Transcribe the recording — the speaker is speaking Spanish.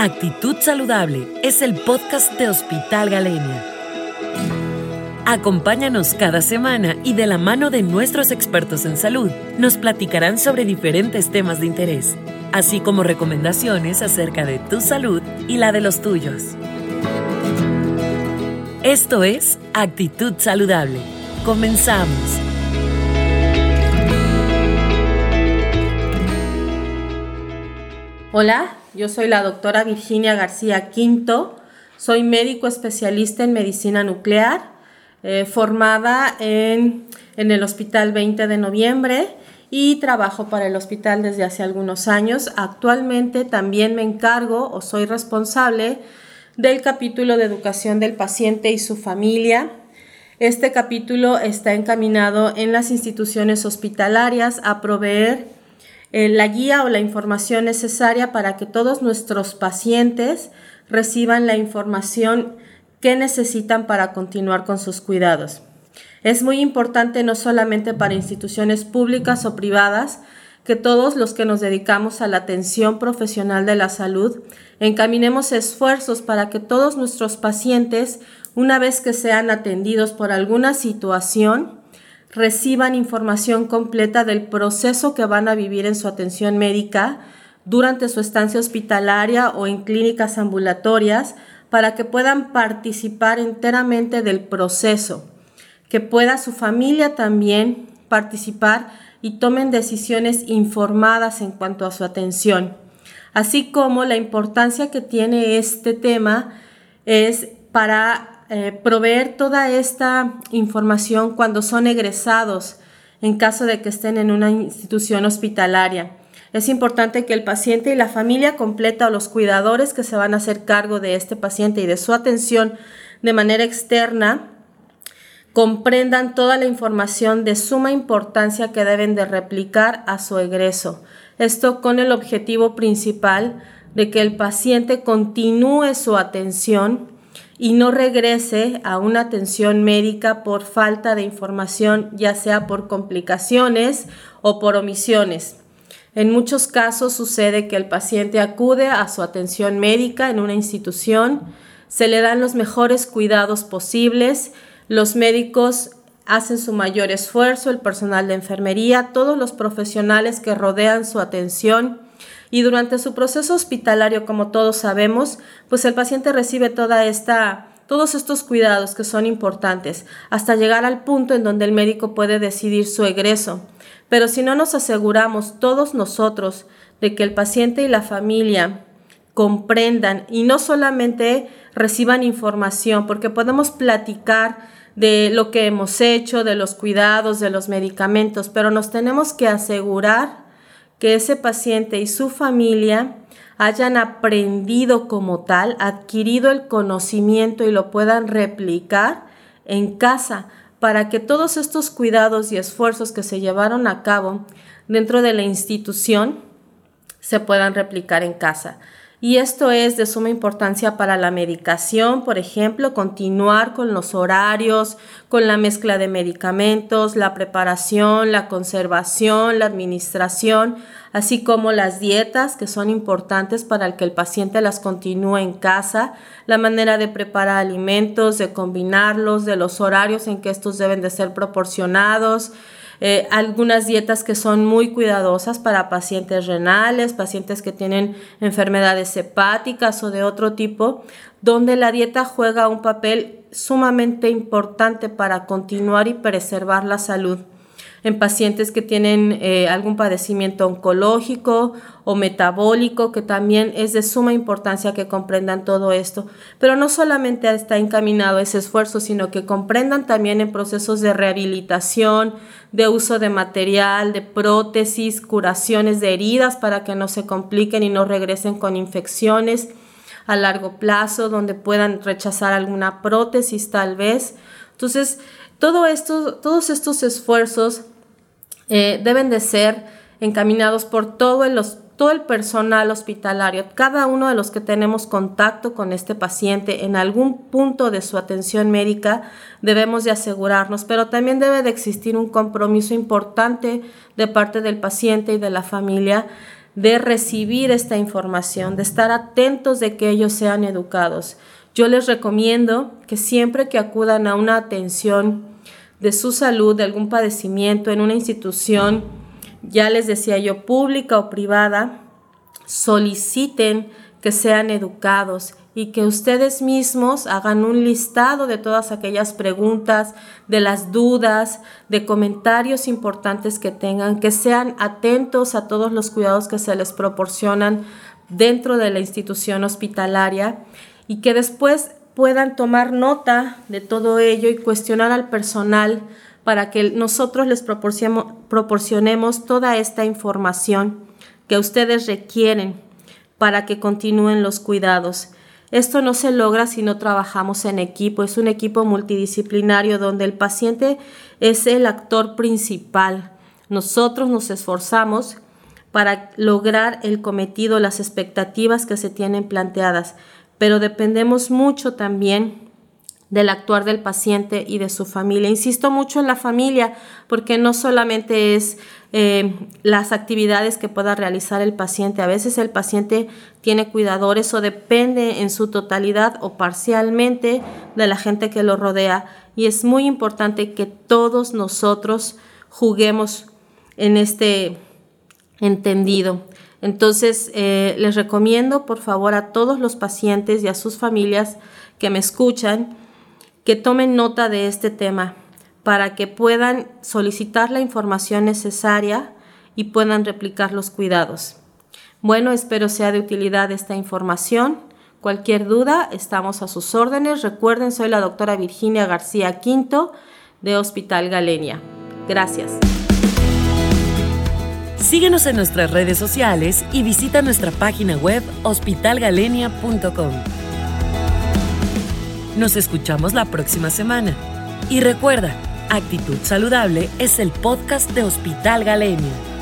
Actitud Saludable es el podcast de Hospital Galenia. Acompáñanos cada semana y de la mano de nuestros expertos en salud, nos platicarán sobre diferentes temas de interés, así como recomendaciones acerca de tu salud y la de los tuyos. Esto es Actitud Saludable. Comenzamos. Hola, yo soy la doctora Virginia García Quinto, soy médico especialista en medicina nuclear, formada en el Hospital 20 de Noviembre y trabajo para el hospital desde hace algunos años. Actualmente también me encargo o soy responsable del capítulo de educación del paciente y su familia. Este capítulo está encaminado en las instituciones hospitalarias a proveer la guía o la información necesaria para que todos nuestros pacientes reciban la información que necesitan para continuar con sus cuidados. Es muy importante no solamente para instituciones públicas o privadas, que todos los que nos dedicamos a la atención profesional de la salud encaminemos esfuerzos para que todos nuestros pacientes, una vez que sean atendidos por alguna situación, reciban información completa del proceso que van a vivir en su atención médica durante su estancia hospitalaria o en clínicas ambulatorias para que puedan participar enteramente del proceso, que pueda su familia también participar y tomen decisiones informadas en cuanto a su atención, así como la importancia que tiene este tema es para proveer toda esta información cuando son egresados en caso de que estén en una institución hospitalaria. Es importante que el paciente y la familia completa o los cuidadores que se van a hacer cargo de este paciente y de su atención de manera externa comprendan toda la información de suma importancia que deben de replicar a su egreso. Esto con el objetivo principal de que el paciente continúe su atención y no regrese a una atención médica por falta de información, ya sea por complicaciones o por omisiones. En muchos casos sucede que el paciente acude a su atención médica en una institución, se le dan los mejores cuidados posibles, los médicos hacen su mayor esfuerzo, el personal de enfermería, todos los profesionales que rodean su atención. Y durante su proceso hospitalario, como todos sabemos, pues el paciente recibe todos estos cuidados que son importantes hasta llegar al punto en donde el médico puede decidir su egreso. Pero si no nos aseguramos todos nosotros de que el paciente y la familia comprendan y no solamente reciban información, porque podemos platicar de lo que hemos hecho, de los cuidados, de los medicamentos, pero nos tenemos que asegurar que ese paciente y su familia hayan aprendido como tal, adquirido el conocimiento y lo puedan replicar en casa para que todos estos cuidados y esfuerzos que se llevaron a cabo dentro de la institución se puedan replicar en casa. Y esto es de suma importancia para la medicación, por ejemplo, continuar con los horarios, con la mezcla de medicamentos, la preparación, la conservación, la administración, así como las dietas que son importantes para que el paciente las continúe en casa, la manera de preparar alimentos, de combinarlos, de los horarios en que estos deben de ser proporcionados. Algunas dietas que son muy cuidadosas para pacientes renales, pacientes que tienen enfermedades hepáticas o de otro tipo, donde la dieta juega un papel sumamente importante para continuar y preservar la salud. En pacientes que tienen algún padecimiento oncológico o metabólico, que también es de suma importancia que comprendan todo esto. Pero no solamente está encaminado ese esfuerzo, sino que comprendan también en procesos de rehabilitación, de uso de material, de prótesis, curaciones de heridas para que no se compliquen y no regresen con infecciones a largo plazo, donde puedan rechazar alguna prótesis tal vez. Entonces, todos estos esfuerzos deben de ser encaminados por todo el personal hospitalario, cada uno de los que tenemos contacto con este paciente en algún punto de su atención médica, debemos de asegurarnos, pero también debe de existir un compromiso importante de parte del paciente y de la familia de recibir esta información, de estar atentos de que ellos sean educados. Yo les recomiendo que siempre que acudan a una atención de su salud, de algún padecimiento en una institución, ya les decía yo, pública o privada, soliciten que sean educados y que ustedes mismos hagan un listado de todas aquellas preguntas, de las dudas, de comentarios importantes que tengan, que sean atentos a todos los cuidados que se les proporcionan dentro de la institución hospitalaria y que después puedan tomar nota de todo ello y cuestionar al personal para que nosotros les proporcionemos toda esta información que ustedes requieren para que continúen los cuidados. Esto no se logra si no trabajamos en equipo. Es un equipo multidisciplinario donde el paciente es el actor principal. Nosotros nos esforzamos para lograr el cometido, las expectativas que se tienen planteadas, pero dependemos mucho también del actuar del paciente y de su familia. Insisto mucho en la familia porque no solamente es las actividades que pueda realizar el paciente. A veces el paciente tiene cuidadores o depende en su totalidad o parcialmente de la gente que lo rodea. Y es muy importante que todos nosotros juguemos en este entendido. Entonces, les recomiendo, por favor, a todos los pacientes y a sus familias que me escuchan, que tomen nota de este tema para que puedan solicitar la información necesaria y puedan replicar los cuidados. Bueno, espero sea de utilidad esta información. Cualquier duda, estamos a sus órdenes. Recuerden, soy la doctora Virginia García Quinto de Hospital Galenia. Gracias. Síguenos en nuestras redes sociales y visita nuestra página web hospitalgalenia.com. Nos escuchamos la próxima semana. Y recuerda, Actitud Saludable es el podcast de Hospital Galenia.